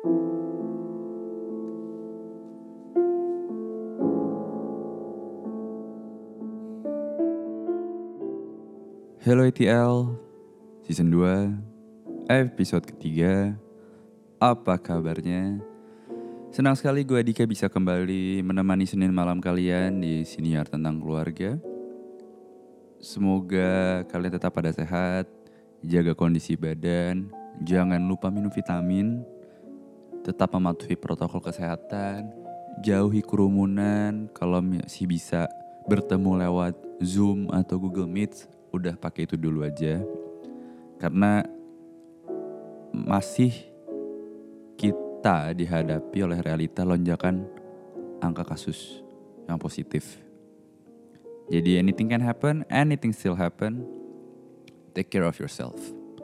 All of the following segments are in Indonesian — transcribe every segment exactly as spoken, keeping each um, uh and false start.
Hello E T L, Season dua, episode ketiga. Apa kabarnya? Senang sekali gue Dika bisa kembali menemani Senin malam kalian di Siniar Tentang Keluarga. Semoga kalian tetap pada sehat, jaga kondisi badan, jangan lupa minum vitamin, tetap mematuhi protokol kesehatan, jauhi kerumunan, kalau masih bisa bertemu lewat Zoom atau Google Meet, udah pakai itu dulu aja. Karena masih kita dihadapi oleh realita lonjakan angka kasus yang positif. Jadi anything can happen, anything still happen. Take care of yourself.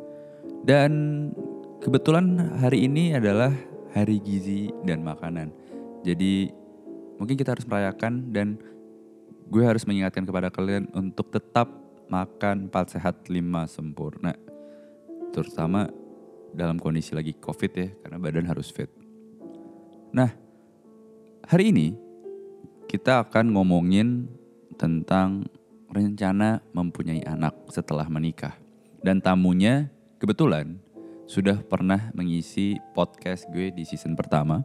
Dan kebetulan hari ini adalah hari gizi dan makanan. Jadi mungkin kita harus merayakan dan gue harus mengingatkan kepada kalian untuk tetap makan empat sehat lima sempurna. Terutama dalam kondisi lagi covid ya, karena badan harus fit. Nah, hari ini kita akan ngomongin tentang rencana mempunyai anak setelah menikah. Dan tamunya kebetulan sudah pernah mengisi podcast gue di season pertama,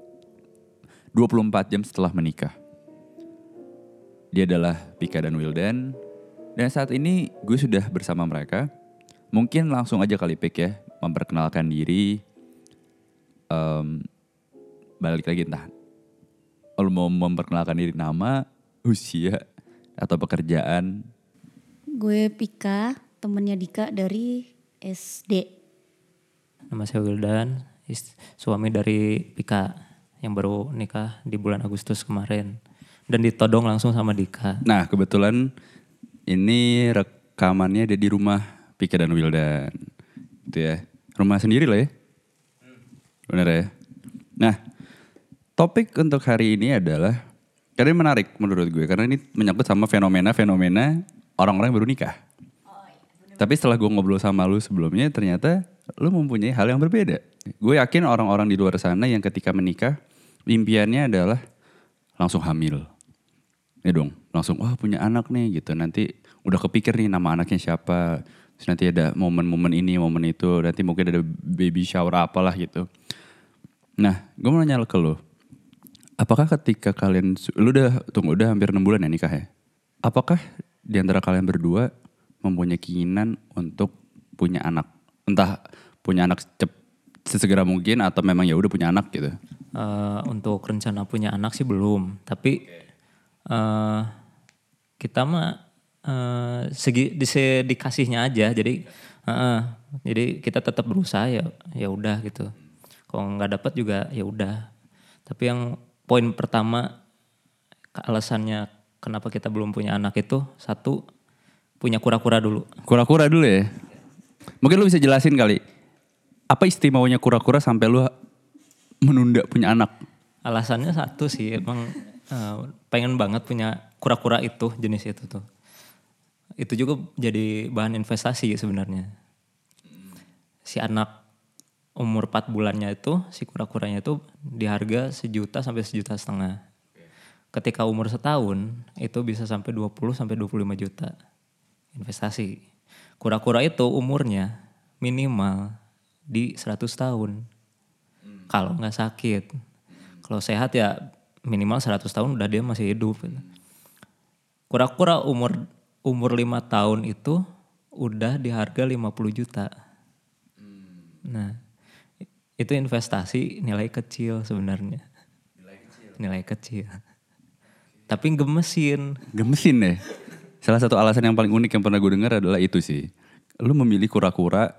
dua puluh empat jam setelah menikah. Dia adalah Pika dan Wildan. Dan saat ini gue sudah bersama mereka. Mungkin langsung aja kali Pik ya, memperkenalkan diri. Um, balik lagi entah lo mau memperkenalkan diri, nama, usia, atau pekerjaan. Gue Pika, temennya Dika dari S D. Nama saya Wildan, suami dari Pika yang baru nikah di bulan Agustus kemarin. Dan ditodong langsung sama Dika. Nah kebetulan ini rekamannya ada di rumah Pika dan Wildan. Gitu ya. Rumah sendiri lah ya. Benar ya. Nah, topik untuk hari ini adalah, karena ini menarik menurut gue. Karena ini menyangkut sama fenomena-fenomena orang-orang yang baru nikah. Oh, iya, tapi setelah gue ngobrol sama lu sebelumnya, ternyata lu mempunyai hal yang berbeda. Gue yakin orang-orang di luar sana yang ketika menikah, impiannya adalah langsung hamil. Ya dong, langsung wah punya anak nih gitu. Nanti udah kepikir nih nama anaknya siapa. Terus nanti ada momen-momen ini, momen itu. Nanti mungkin ada baby shower apalah gitu. Nah, gue mau nanya ke lu. Apakah ketika kalian, lu udah, tunggu udah hampir enam bulan ya nikah ya? Apakah di antara kalian berdua mempunyai keinginan untuk punya anak? Entah punya anak cep, sesegera mungkin atau memang ya udah punya anak gitu? Uh, untuk rencana punya anak sih belum. Tapi uh, kita mah uh, segi di, dikasihnya aja. Jadi uh, jadi kita tetap berusaha ya ya udah gitu. Kalau nggak dapat juga ya udah. Tapi yang poin pertama alasannya kenapa kita belum punya anak itu, satu, punya kura-kura dulu. Kura-kura dulu ya? Mungkin lu bisa jelasin kali, apa istimewanya kura-kura sampai lu menunda punya anak? Alasannya satu sih, emang uh, pengen banget punya kura-kura itu, jenis itu tuh. Itu juga jadi bahan investasi sebenarnya. Si anak umur empat bulannya itu, si kura-kuranya itu di harga sejuta sampai sejuta setengah. Ketika umur setahun, itu bisa sampai dua puluh sampai dua puluh lima juta investasi. Kura-kura itu umurnya minimal di seratus tahun. Hmm. Kalau gak sakit. Hmm. Kalau sehat ya minimal seratus tahun udah dia masih hidup. Kura-kura umur umur lima tahun itu udah di harga lima puluh juta. Hmm. Nah, itu investasi nilai kecil sebenarnya. Nilai kecil. Nilai kecil. Tapi gemesin. Gemesin ya? Salah satu alasan yang paling unik yang pernah gue dengar adalah itu sih. Lu memilih kura-kura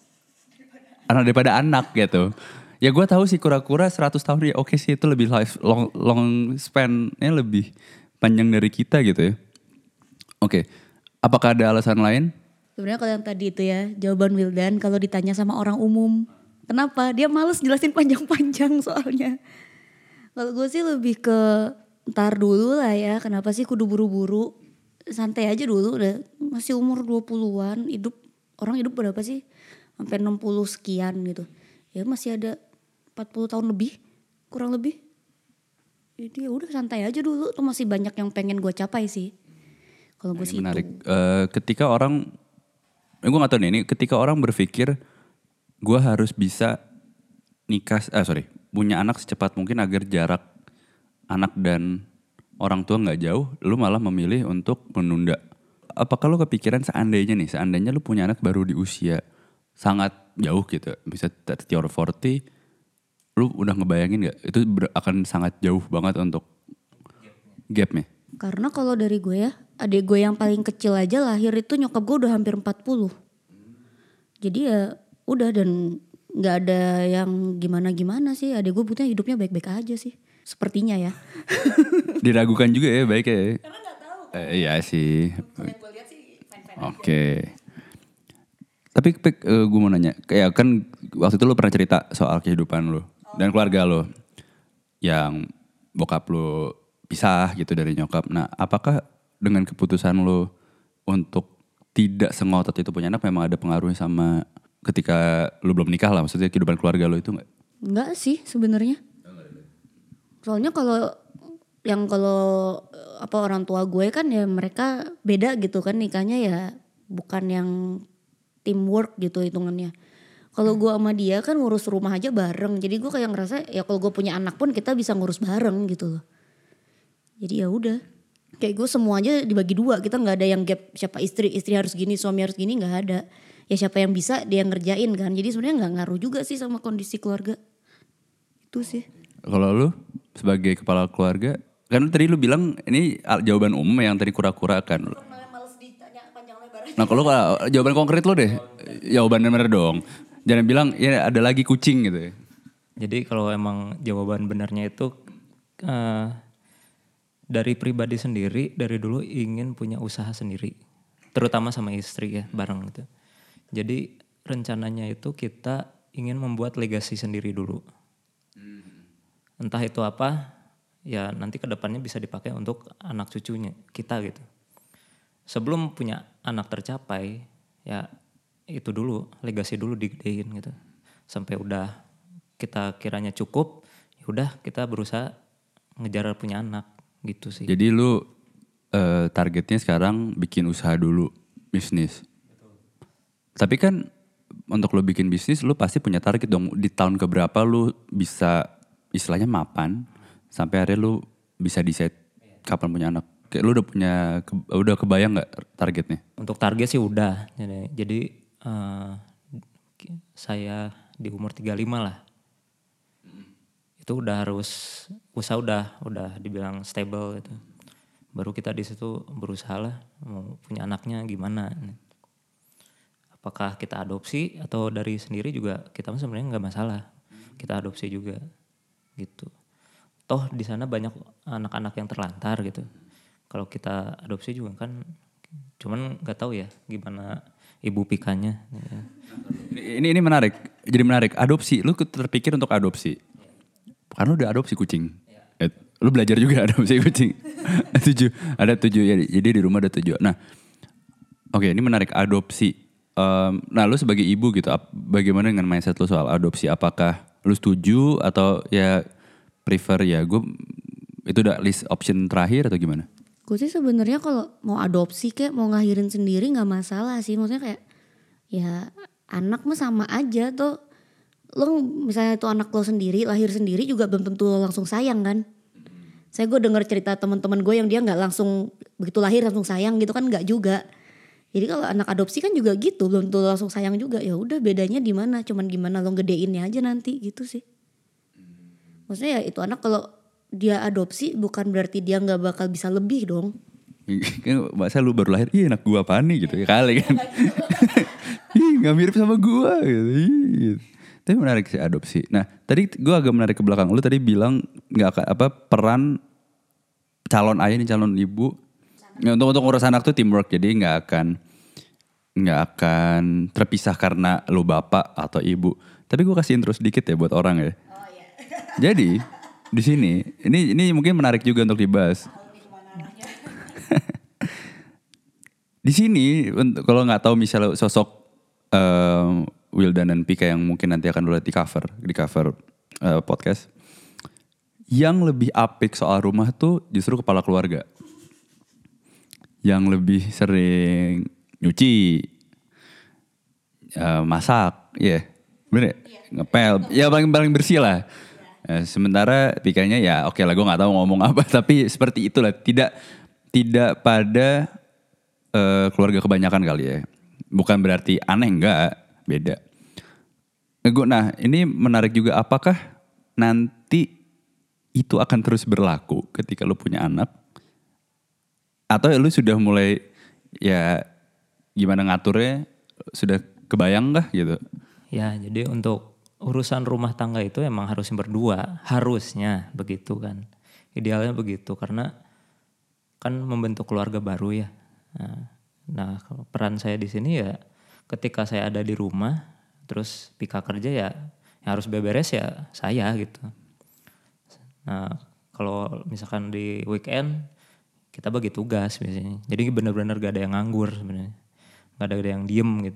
anak daripada anak gitu. Ya gue tahu sih kura-kura seratus tahun ya oke sih, itu lebih life long, long span-nya lebih panjang dari kita gitu ya. Oke, apakah ada alasan lain? Sebenarnya kalau yang tadi itu ya, jawaban Wildan kalau ditanya sama orang umum. Kenapa? Dia males jelasin panjang-panjang soalnya. Kalau gue sih lebih ke ntar dulu lah ya. Kenapa sih kudu buru-buru? Santai aja dulu, udah masih umur dua puluhan, hidup orang hidup berapa sih? Sampai enam puluh sekian gitu. Ya masih ada empat puluh tahun lebih, kurang lebih. Jadi ya udah santai aja dulu, tuh masih banyak yang pengen gue capai sih. Kalau gue Ini sih menarik. itu. Eh, ketika orang, eh, gue gak tahu nih, ini ketika orang berpikir gue harus bisa nikah, eh sorry, punya anak secepat mungkin agar jarak anak dan orang tua nggak jauh, lu malah memilih untuk menunda. Apakah lu kepikiran seandainya nih, seandainya lu punya anak baru di usia sangat jauh gitu, bisa tiga puluh or empat puluh, lu udah ngebayangin nggak itu ber- akan sangat jauh banget untuk gapnya? Karena kalau dari gue ya, adik gue yang paling kecil aja lahir itu nyokap gue udah hampir empat puluh. Jadi ya udah, dan gak ada yang gimana-gimana sih. Adik gue butuhnya hidupnya baik-baik aja sih. Sepertinya ya. Diragukan juga ya baik ya. Karena gak tahu. Eh, iya sih. Oke. Tapi Pik, uh, gue mau nanya, kayak kan waktu itu lo pernah cerita soal kehidupan lo dan keluarga lo yang bokap lo pisah gitu dari nyokap. Nah, apakah dengan keputusan lo untuk tidak sengotot itu punya anak memang ada pengaruhnya sama ketika lo belum nikah lah, maksudnya kehidupan keluarga lo itu nggak? Enggak sih sebenarnya. Soalnya kalau yang kalau eh, apa orang tua gue kan ya mereka beda gitu kan nikahnya ya, bukan yang teamwork gitu hitungannya. Kalau gue sama dia kan ngurus rumah aja bareng. Jadi gue kayak ngerasa ya kalau gue punya anak pun kita bisa ngurus bareng gitu loh. Jadi ya udah. Kayak gue semuanya dibagi dua. Kita nggak ada yang gap siapa istri, istri harus gini, suami harus gini, nggak ada. Ya siapa yang bisa dia ngerjain kan. Jadi sebenarnya nggak ngaruh juga sih sama kondisi keluarga. Itu sih. Kalau lu sebagai kepala keluarga, kan tadi lu bilang ini jawaban umum yang tadi kura-kura kan. Nah kalau kalau jawaban konkret lo deh, jawaban bener dong. Jangan bilang ya ada lagi kucing gitu ya. Jadi kalau emang jawaban benarnya itu uh, dari pribadi sendiri, dari dulu ingin punya usaha sendiri. Terutama sama istri ya, bareng gitu. Jadi rencananya itu kita ingin membuat legasi sendiri dulu. Entah itu apa, ya nanti kedepannya bisa dipakai untuk anak cucunya kita gitu. Sebelum punya anak tercapai, ya itu dulu, legasi dulu digedein gitu. Sampai udah kita kiranya cukup, ya udah kita berusaha ngejar punya anak gitu sih. Jadi lu uh, targetnya sekarang bikin usaha dulu, bisnis. Betul. Tapi kan untuk lu bikin bisnis lu pasti punya target dong. Di tahun keberapa lu bisa istilahnya mapan, sampai akhirnya lu bisa decide kapan punya anak. Kayak lu udah punya, ke, udah kebayang gak targetnya? Untuk target sih udah. Jadi, jadi uh, saya di umur tiga puluh lima lah. Itu udah harus, usaha udah udah dibilang stable gitu. Baru kita di situ berusaha lah mau punya anaknya gimana. Apakah kita adopsi atau dari sendiri juga kita sebenarnya nggak masalah. Kita adopsi juga gitu. Toh di sana banyak anak-anak yang terlantar gitu. Kalau kita adopsi juga kan, cuman nggak tahu ya gimana ibu pikanya. Ya. Ini ini menarik, jadi menarik. Adopsi, lu terpikir untuk adopsi, karena lu udah adopsi kucing. Ya. Eh, lu belajar juga adopsi kucing. tujuh, ada tujuh ya. Jadi di rumah ada tujuh. Nah, oke, okay, ini menarik adopsi. Um, nah, lu sebagai ibu gitu, bagaimana dengan mindset lu soal adopsi? Apakah lu setuju atau ya prefer ya gue itu udah list option terakhir atau gimana? Gue sih sebenarnya kalau mau adopsi kayak mau ngelahirin sendiri nggak masalah sih. Maksudnya kayak ya anak mah sama aja tuh. Lo misalnya itu anak lo sendiri lahir sendiri juga belum tentu lo langsung sayang kan. Saya gue dengar cerita teman-teman gue yang dia nggak langsung begitu lahir langsung sayang gitu kan, nggak juga. Jadi kalau anak adopsi kan juga gitu, belum tentu langsung sayang juga. Ya udah bedanya di mana? Cuman gimana lo gedeinnya aja nanti gitu sih. Maksudnya ya itu anak kalau dia adopsi bukan berarti dia nggak bakal bisa lebih dong. Masa lu baru lahir, iya anak gua apaan nih gitu ya kali kan. Ih gak mirip sama gua gitu. Ih. Tapi menarik sih adopsi. Nah tadi gua agak menarik ke belakang. Lu tadi bilang gak apa peran calon ayah nih calon ibu. Ya, untuk untuk ngurus anak tuh teamwork, jadi gak akan gak akan terpisah karena lu bapak atau ibu. Tapi gua kasihin terus sedikit ya buat orang ya. Oh, iya. Jadi di sini, ini ini mungkin menarik juga untuk dibahas. Di sini, kalau nggak tahu misalnya sosok uh, Wildan dan Pika yang mungkin nanti akan lihat di cover, di cover uh, podcast. Yang lebih apik soal rumah tuh justru kepala keluarga. Yang lebih sering nyuci, uh, masak, ya, yeah. Bener, yeah. Ngepel, ya paling paling bersih lah. Yeah. Uh, sementara pikirnya ya oke okay lah, gue nggak tahu ngomong apa, tapi seperti itulah. Tidak tidak pada uh, keluarga kebanyakan kali ya. Bukan berarti aneh, enggak, beda. Nah ini menarik juga, apakah nanti itu akan terus berlaku ketika lu punya anak? Atau lu sudah mulai ya gimana ngaturnya, sudah kebayang gak gitu? Ya jadi untuk urusan rumah tangga itu emang harus berdua, harusnya begitu kan. Idealnya begitu karena kan membentuk keluarga baru ya. Nah, nah peran saya di sini ya ketika saya ada di rumah, terus Pika kerja ya yang harus beberes ya saya gitu. Nah kalau misalkan di weekend kita bagi tugas biasanya. Jadi benar-benar gak ada yang nganggur sebenarnya. Gak ada yang diem gitu.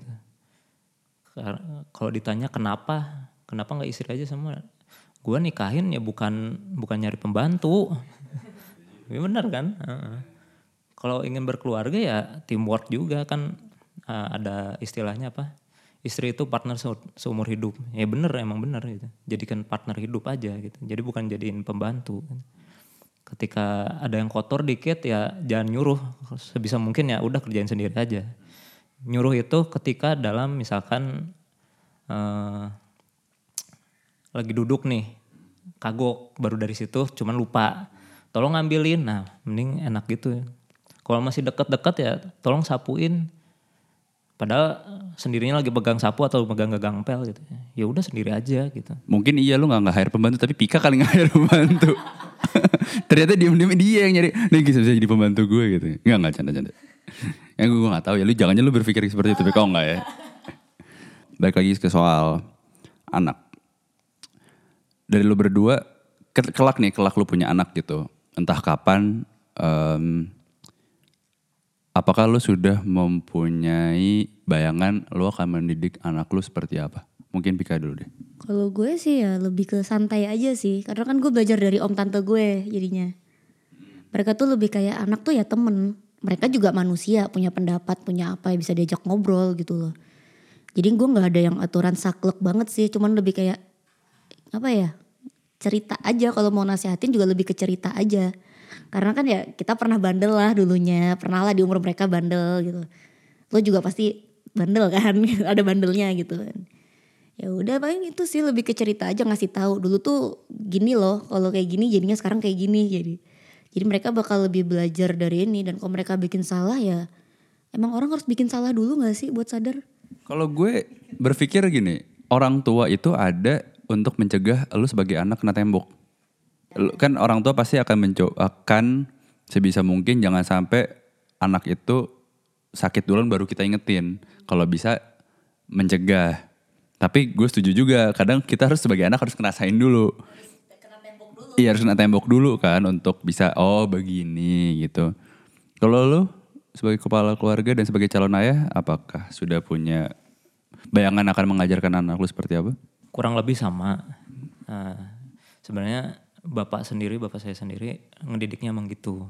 Kalau ditanya kenapa, kenapa gak istri aja sama? Gue nikahin ya bukan bukan nyari pembantu. Ya benar kan? Uh-uh. Kalau ingin berkeluarga ya teamwork juga kan, uh, ada istilahnya apa? Istri itu partner seumur hidup. Ya benar, emang benar gitu. Jadikan partner hidup aja gitu. Jadi bukan jadiin pembantu. Ketika ada yang kotor dikit ya jangan nyuruh, sebisa mungkin ya udah kerjain sendiri aja. Nyuruh itu ketika dalam misalkan uh, lagi duduk nih, kagok baru dari situ cuman lupa, tolong ngambilin, nah mending enak gitu. Kalau masih deket-deket ya tolong sapuin, padahal sendirinya lagi pegang sapu atau pegang gagang-pel gitu. Ya udah sendiri aja gitu. Mungkin iya lu nggak nggak hire pembantu, tapi Pika kali nggak hire pembantu. Ternyata diem-diem dia yang nyari, nih bisa bisa jadi pembantu gue gitu. Enggak enggak canda-canda. Yang gue nggak tahu ya, lu jangannya lu berpikir seperti itu, tapi kau nggak ya. Balik lagi ke soal anak. Dari lu berdua, kelak nih, kelak lu punya anak gitu. Entah kapan, um, apakah lu sudah mempunyai bayangan lu akan mendidik anak lu seperti apa? Mungkin Pika dulu deh. Kalau gue sih ya lebih ke santai aja sih. Karena kan gue belajar dari om tante gue jadinya. Mereka tuh lebih kayak anak tuh ya temen. Mereka juga manusia, punya pendapat, punya apa, bisa diajak ngobrol gitu loh. Jadi gue gak ada yang aturan saklek banget sih. Cuman lebih kayak apa ya, cerita aja. Kalau mau nasihatin juga lebih ke cerita aja. Karena kan ya kita pernah bandel lah dulunya. Pernah lah di umur mereka bandel gitu. Lo juga pasti bandel kan, ada bandelnya gitu kan. Ya udah paling itu sih, lebih ke cerita aja, ngasih tahu dulu tuh gini loh, kalau kayak gini jadinya sekarang kayak gini. Jadi jadi mereka bakal lebih belajar dari ini. Dan kalau mereka bikin salah ya emang orang harus bikin salah dulu gak sih buat sadar? Kalau gue berpikir gini, orang tua itu ada untuk mencegah lu sebagai anak kena tembok. Kan orang tua pasti akan mencoba, akan sebisa mungkin jangan sampai anak itu sakit duluan baru kita ingetin. Kalau bisa mencegah. Tapi gue setuju juga, kadang kita harus sebagai anak harus ngerasain dulu. Kena tembok dulu. Iya harus kena tembok dulu kan untuk bisa oh begini gitu. Kalau lu sebagai kepala keluarga dan sebagai calon ayah, apakah sudah punya bayangan akan mengajarkan anak lu seperti apa? Kurang lebih sama. Nah, sebenarnya bapak sendiri, bapak saya sendiri ngedidiknya emang gitu.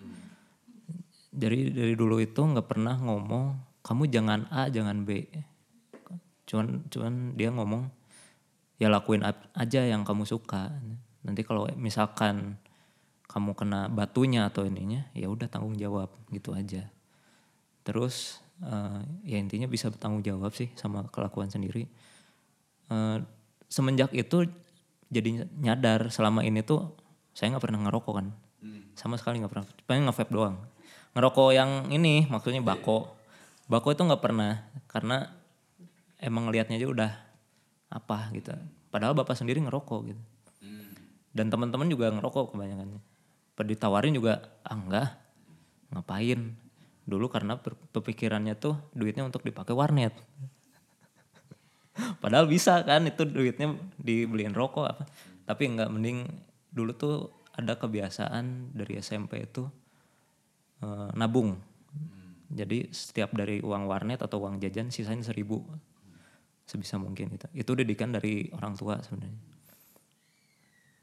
Jadi dari dulu itu nggak pernah ngomong kamu jangan A jangan B. Cuman cuman dia ngomong ya lakuin aja yang kamu suka. Nanti kalau misalkan kamu kena batunya atau ininya ya udah tanggung jawab gitu aja. Terus uh, ya intinya bisa bertanggung jawab sih sama kelakuan sendiri. Uh, semenjak itu jadi nyadar selama ini tuh saya nggak pernah ngerokok kan, sama sekali nggak pernah. Paling nge-vape doang. Ngerokok yang ini maksudnya bako. Bako itu nggak pernah karena emang ngelihatnya aja udah apa gitu. Padahal bapak sendiri ngerokok gitu. Dan teman-teman juga ngerokok kebanyakan. Pada ditawarin juga ah enggak, ngapain. Dulu karena pemikirannya tuh duitnya untuk dipakai warnet. Padahal bisa kan itu duitnya dibeliin rokok apa. Tapi enggak, mending dulu tuh ada kebiasaan dari S M P itu uh, nabung. Jadi setiap dari uang warnet atau uang jajan sisain seribu. Sebisa mungkin itu. Itu didikan dari orang tua sebenarnya.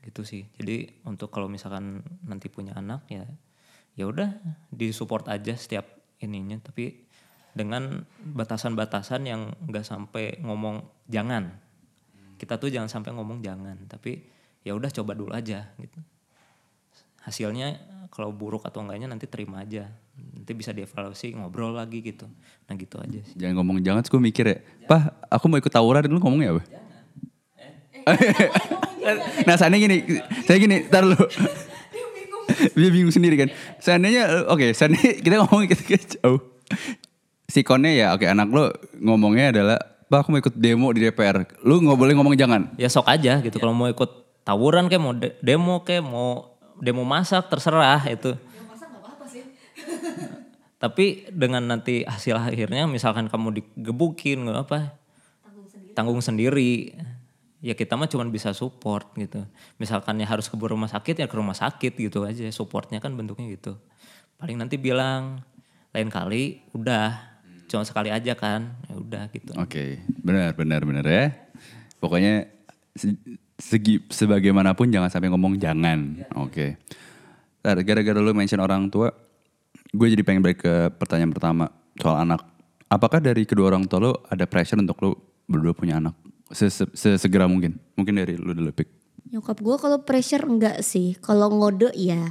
Gitu sih. Jadi untuk kalau misalkan nanti punya anak ya ya udah disupport aja setiap ininya, tapi dengan batasan-batasan yang nggak sampai ngomong jangan. Kita tuh jangan sampai ngomong jangan, tapi ya udah coba dulu aja gitu. Hasilnya kalau buruk atau enggaknya nanti terima aja. Nanti bisa dievaluasi, ngobrol lagi gitu. Nah gitu aja sih. Jangan ngomong jangan, terus gue mikir ya, Pah aku mau ikut tawuran, lu ngomongnya apa? Nah seandainya gini, saya gini, tar lu. Dia bingung sendiri kan. Seandainya, oke, okay, seandainya kita ngomong kita jauh. Sikonnya ya, oke okay, anak lu ngomongnya adalah, Pak aku mau ikut demo di D P R. Lu nggak boleh ngomong jangan. Ya sok aja gitu. Kalau mau ikut tawuran kayak mau de- demo kayak mau demo masak terserah itu. Demo masak nggak apa-apa sih. Tapi dengan nanti hasil akhirnya misalkan kamu digebukin nggak apa, Tanggung sendiri. tanggung sendiri. Ya kita mah cuma bisa support gitu. Misalkan ya harus ke rumah sakit ya ke rumah sakit gitu aja. Supportnya kan bentuknya gitu. Paling nanti bilang lain kali udah cuma sekali aja kan. Ya udah gitu. Oke, okay. benar benar benar ya. Pokoknya segi sebagaimanapun jangan sampai ngomong jangan. Oke. Okay. Gara-gara lu mention orang tua, gue jadi pengen balik ke pertanyaan pertama soal anak. Apakah dari kedua orang tua lu ada pressure untuk lu berdua punya anak? Sesegera mungkin. Mungkin dari lu dulu Pik. Nyokap gue kalau pressure enggak sih. Kalau ngode ya.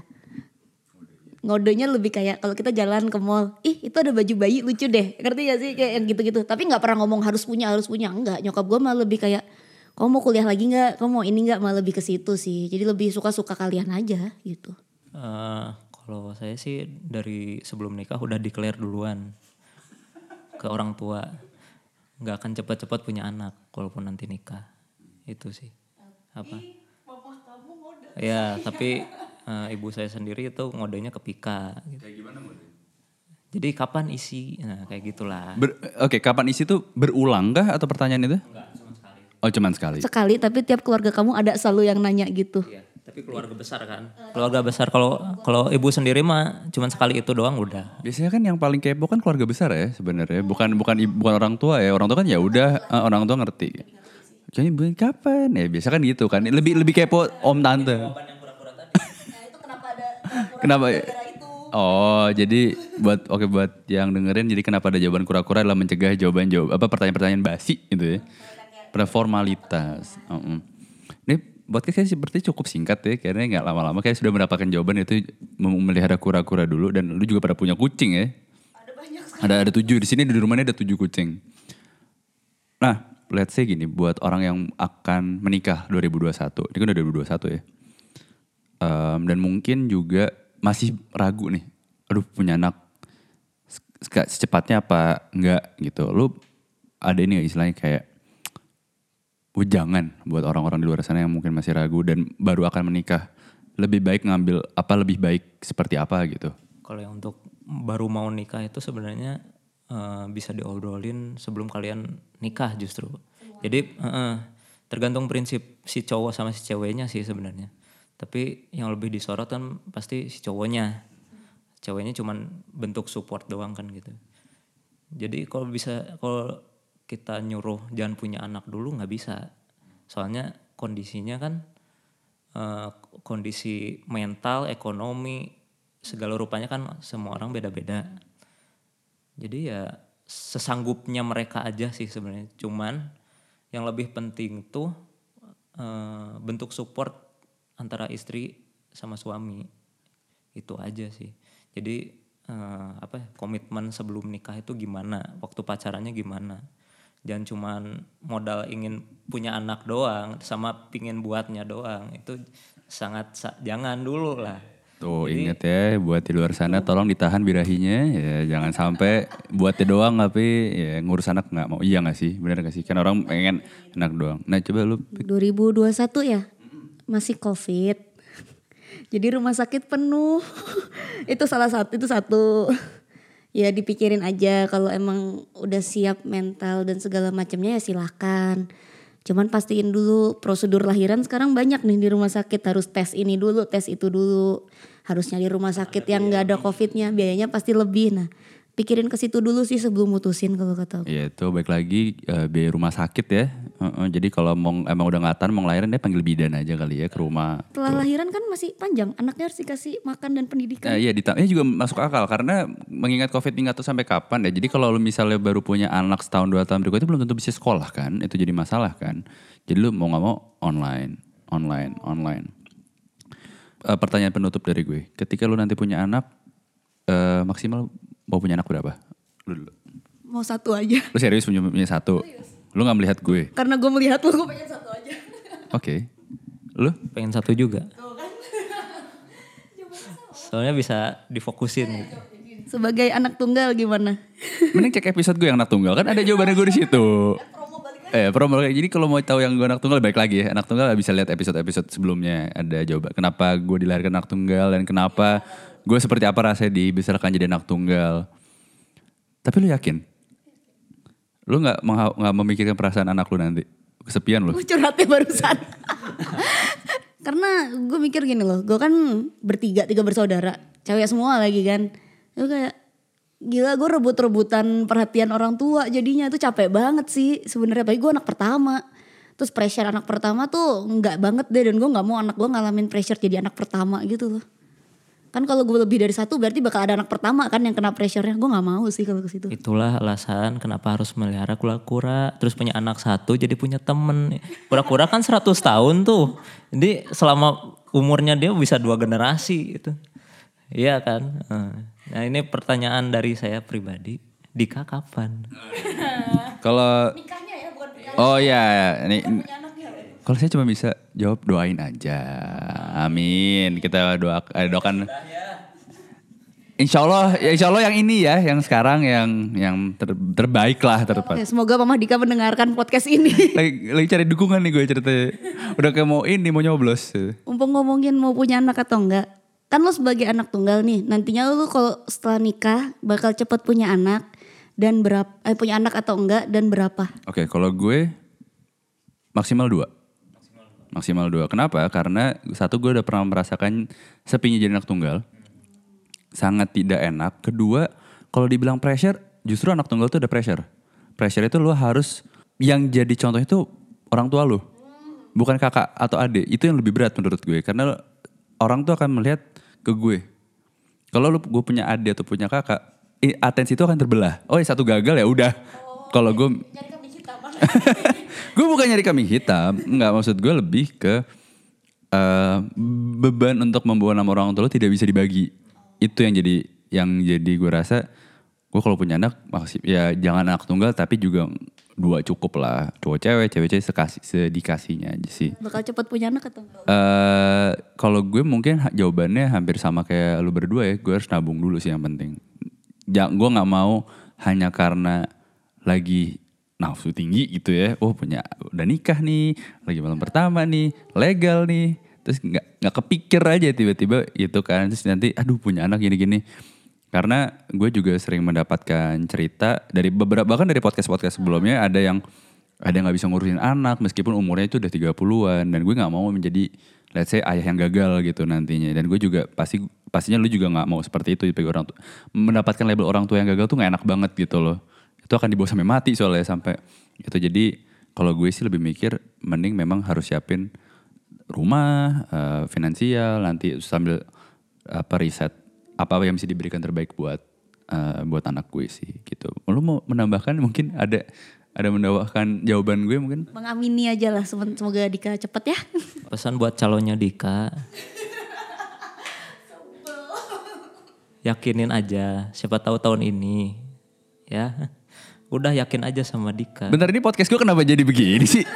Ngodenya lebih kayak kalau kita jalan ke mall. Ih itu ada baju bayi lucu deh. Ngerti gak sih kayak yang gitu-gitu. Tapi gak pernah ngomong harus punya harus punya. Enggak. Nyokap gue malah lebih kayak kamu mau kuliah lagi gak? Kamu mau ini gak? Malah lebih ke situ sih. Jadi lebih suka-suka kalian aja gitu. Uh, kalau saya sih dari sebelum nikah udah declare duluan ke orang tua. Nggak akan cepat-cepat punya anak walaupun nanti nikah. Itu sih. Apa? Mama kamu ngode. Ya, tapi uh, ibu saya sendiri itu ngodenya ke Pika gitu. Kayak gimana ngode? Jadi kapan isi? Nah, kayak gitulah. Ber, Oke, okay, kapan isi tuh berulang kah atau pertanyaan itu? Enggak, cuma sekali. Oh, cuman sekali. Sekali tapi tiap keluarga kamu ada selalu yang nanya gitu. Iya, tapi keluarga besar kan. Keluarga besar kalau kalau ibu sendiri mah cuman sekali itu doang udah. Biasanya kan yang paling kepo kan keluarga besar ya sebenarnya, bukan bukan bukan orang tua ya. Orang tua kan ya udah uh, orang tua ngerti. Jadi bulan kapan? Ya biasa kan gitu kan. Lebih lebih kepo om tante. Nah itu kenapa ada Kenapa? Oh, jadi buat oke buat yang dengerin, jadi kenapa ada jawaban kura-kura adalah mencegah jawaban jawab apa pertanyaan-pertanyaan basi gitu ya. Pada formalitas. Uh-uh. Ini podcast saya seperti cukup singkat ya, karena nggak lama-lama kayak sudah mendapatkan jawaban itu memelihara kura-kura dulu, dan lu juga pada punya kucing ya. Ada banyak sekali. Ada ada tujuh di sini, di rumahnya ada tujuh kucing. Nah, let's say gini, buat orang yang akan menikah dua ribu dua puluh satu, ini kan udah dua ribu dua puluh satu ya. Um, dan mungkin juga masih ragu nih, aduh punya anak secepatnya apa enggak gitu. Lu ada ini gak istilahnya kayak jangan buat orang-orang di luar sana yang mungkin masih ragu dan baru akan menikah, lebih baik ngambil apa, lebih baik seperti apa gitu? Kalau yang untuk baru mau nikah itu sebenarnya uh, bisa diobrolin sebelum kalian nikah justru. Jadi uh, tergantung prinsip si cowok sama si ceweknya sih sebenarnya. Tapi yang lebih disorot kan pasti si cowoknya. Ceweknya cuman bentuk support doang kan gitu. Jadi kalau bisa, kalau kita nyuruh jangan punya anak dulu nggak bisa. Soalnya kondisinya kan uh, kondisi mental, ekonomi, segala rupanya kan semua orang beda-beda. Jadi ya sesanggupnya mereka aja sih sebenarnya. Cuman yang lebih penting tuh uh, bentuk support antara istri sama suami. Itu aja sih. Jadi uh, apa ya, komitmen sebelum nikah itu gimana, waktu pacarannya gimana. Jangan cuman modal ingin punya anak doang sama pingin buatnya doang. Itu sangat jangan dulu lah. Tuh Jadi, inget ya buat di luar sana tolong ditahan birahinya ya, jangan sampai buatnya doang tapi ya ngurus anak nggak mau. Iya nggak sih, benar nggak sih, kan orang pengen anak doang. Nah coba lu dua ribu dua puluh satu ya masih covid, jadi rumah sakit penuh. Itu salah satu, itu satu. Ya dipikirin aja, kalau emang udah siap mental dan segala macamnya ya silahkan. Cuman pastiin dulu prosedur lahiran sekarang banyak nih di rumah sakit, harus tes ini dulu, tes itu dulu. Harus nyari rumah sakit yang gak ada covidnya, biayanya pasti lebih. Nah pikirin ke situ dulu sih sebelum mutusin kalau kata aku. Iya itu baik lagi uh, biaya rumah sakit ya. Uh, uh, jadi kalau mau emang udah ngatan mau ngelahirin dia panggil bidan aja kali ya ke rumah. Setelah lahiran kan masih panjang, anaknya harus dikasih makan dan pendidikan. Uh, iya ditambah juga masuk akal karena mengingat covid ini nggak tahu sampai kapan ya. Jadi kalau lu misalnya baru punya anak setahun dua tahun berikutnya belum tentu bisa sekolah kan. Itu jadi masalah kan. Jadi lu mau nggak mau online, online, online. Uh, pertanyaan penutup dari gue. Ketika lu nanti punya anak uh, maksimal mau punya anak berapa? Lu dulu. Mau satu aja. Lu serius punya, punya satu? Serius. Lu gak melihat gue? Karena gue melihat lu, gue pengen satu aja. Oke. Okay. Lu? Pengen satu juga. Soalnya bisa difokusin gitu. Sebagai anak tunggal gimana? Mending cek episode gue yang anak tunggal. Kan ada jawabannya gue di situ. Eh promo balik. Jadi kalau mau tahu yang gue anak tunggal baik lagi ya. Anak tunggal bisa lihat episode-episode sebelumnya. Ada jawaban. Kenapa gue dilahirkan anak tunggal. Dan kenapa gue seperti apa rasanya dibesarkan jadi anak tunggal. Tapi lu yakin? Lu gak, gak memikirkan perasaan anak lu nanti? Kesepian lu? Gue curhatnya barusan. Karena gue mikir gini loh. Gue kan bertiga, tiga bersaudara. Cewek semua lagi kan. Gue kayak gila gue rebut-rebutan perhatian orang tua. Jadinya itu capek banget sih sebenarnya. Apalagi gue anak pertama. Terus pressure anak pertama tuh gak banget deh. Dan gue gak mau anak gue ngalamin pressure jadi anak pertama gitu loh. Kan kalau gue lebih dari satu berarti bakal ada anak pertama kan yang kena pressure-nya. Gue gak mau sih kalau ke situ. Itulah alasan kenapa harus melihara kura-kura. Terus punya anak satu jadi punya temen. Kura-kura kan seratus tahun tuh. Jadi selama umurnya dia bisa dua generasi gitu. Iya kan. Nah ini pertanyaan dari saya pribadi. Dika kapan? Kalau Nikahnya ya bukan nikahnya. oh iya, ini kalau saya cuma bisa jawab doain aja. Amin. Kita doa eh, doakan. Insya Allah, ya insya Allah yang ini ya, yang sekarang yang yang ter, terbaik lah terdepan. Ya, semoga Mama Dika mendengarkan podcast ini. Lagi, lagi cari dukungan nih gue ceritanya. Udah kayak mau ini mau nyoblos. Mumpung ngomongin mau punya anak atau enggak. Kan lo sebagai anak tunggal nih, nantinya lo kalau setelah nikah bakal cepet punya anak dan berapa eh, punya anak atau enggak dan berapa? Oke, kalau gue maksimal dua. Maksimal dua. Kenapa? Karena satu gue udah pernah merasakan sepinya jadi anak tunggal. Sangat tidak enak. Kedua, kalau dibilang pressure, justru anak tunggal tuh ada pressure. Pressure itu lo harus, yang jadi contoh itu orang tua lo. Bukan kakak atau adik. Itu yang lebih berat menurut gue. Karena orang tuh akan melihat ke gue. Kalau lo gue punya adik atau punya kakak, atensi itu akan terbelah. Oh satu gagal ya udah. Oh, kalau gue... gue bukan nyari kambing hitam, enggak, maksud gue lebih ke uh, beban untuk membawa nama orang tua lo tidak bisa dibagi. Itu yang jadi yang jadi gue rasa gue kalau punya anak maksud ya jangan anak tunggal tapi juga dua cukup lah, cowok cewek cewek cewek sekasih sedikasinya aja sih. Bakal cepet punya anak atau enggak? Uh, kalau gue mungkin jawabannya hampir sama kayak lu berdua ya, gue harus nabung dulu sih yang penting. Ja, gue nggak mau hanya karena lagi nafsu tinggi gitu ya, oh punya udah nikah nih, lagi malam pertama nih, legal nih, terus nggak nggak kepikir aja tiba-tiba gitu kan, terus nanti aduh punya anak gini-gini. Karena gue juga sering mendapatkan cerita dari beberapa bahkan dari podcast-podcast sebelumnya ada yang ada yang nggak bisa ngurusin anak meskipun umurnya itu udah tiga puluhan dan gue nggak mau menjadi let's say ayah yang gagal gitu nantinya, dan gue juga pasti pastinya lu juga nggak mau seperti itu sebagai orang tua, mendapatkan label orang tua yang gagal tuh nggak enak banget gitu loh. Itu akan dibawa sampai mati soalnya sampai itu. Jadi kalau gue sih lebih mikir mending memang harus siapin rumah, uh, finansial, nanti sambil apa riset apa yang bisa diberikan terbaik buat uh, buat anak gue sih gitu. Lu mau menambahkan mungkin ada ada menambahkan jawaban gue mungkin? Mengamini aja lah, semoga Dika cepet ya. Pesan buat calonnya Dika. Yakinin aja, siapa tahu tahun ini ya. Udah yakin aja sama Dika. Bentar, ini podcast gue kenapa jadi begini sih?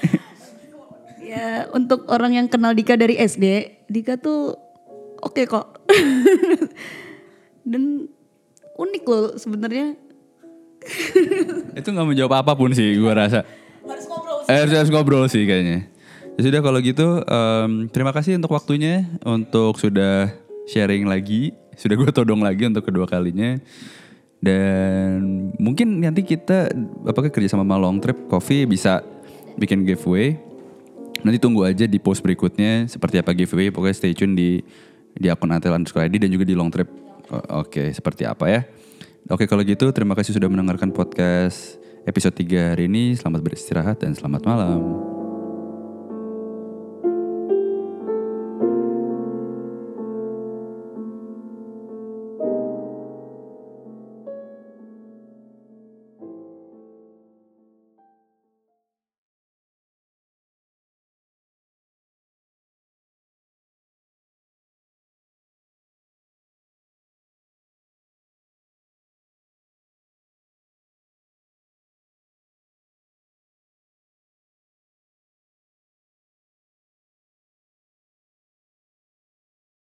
Ya untuk orang yang kenal Dika dari S D, Dika tuh oke okay kok. Dan unik loh sebenarnya. Itu gak menjawab apapun sih gue rasa. Harus ngobrol sih. Eh, harus, harus ngobrol sih kayaknya. Ya sudah kalau gitu, um, terima kasih untuk waktunya, untuk sudah sharing lagi, sudah gue todong lagi untuk kedua kalinya. Dan mungkin nanti kita apakah kerja sama sama Long Trip Coffee bisa bikin giveaway. Nanti tunggu aja di post berikutnya seperti apa giveaway. Pokoknya stay tune di di akun Antel underscore I D dan juga di Long Trip. Oke, okay, seperti apa ya. Oke kalau gitu terima kasih sudah mendengarkan podcast episode tiga hari ini. Selamat beristirahat dan selamat malam.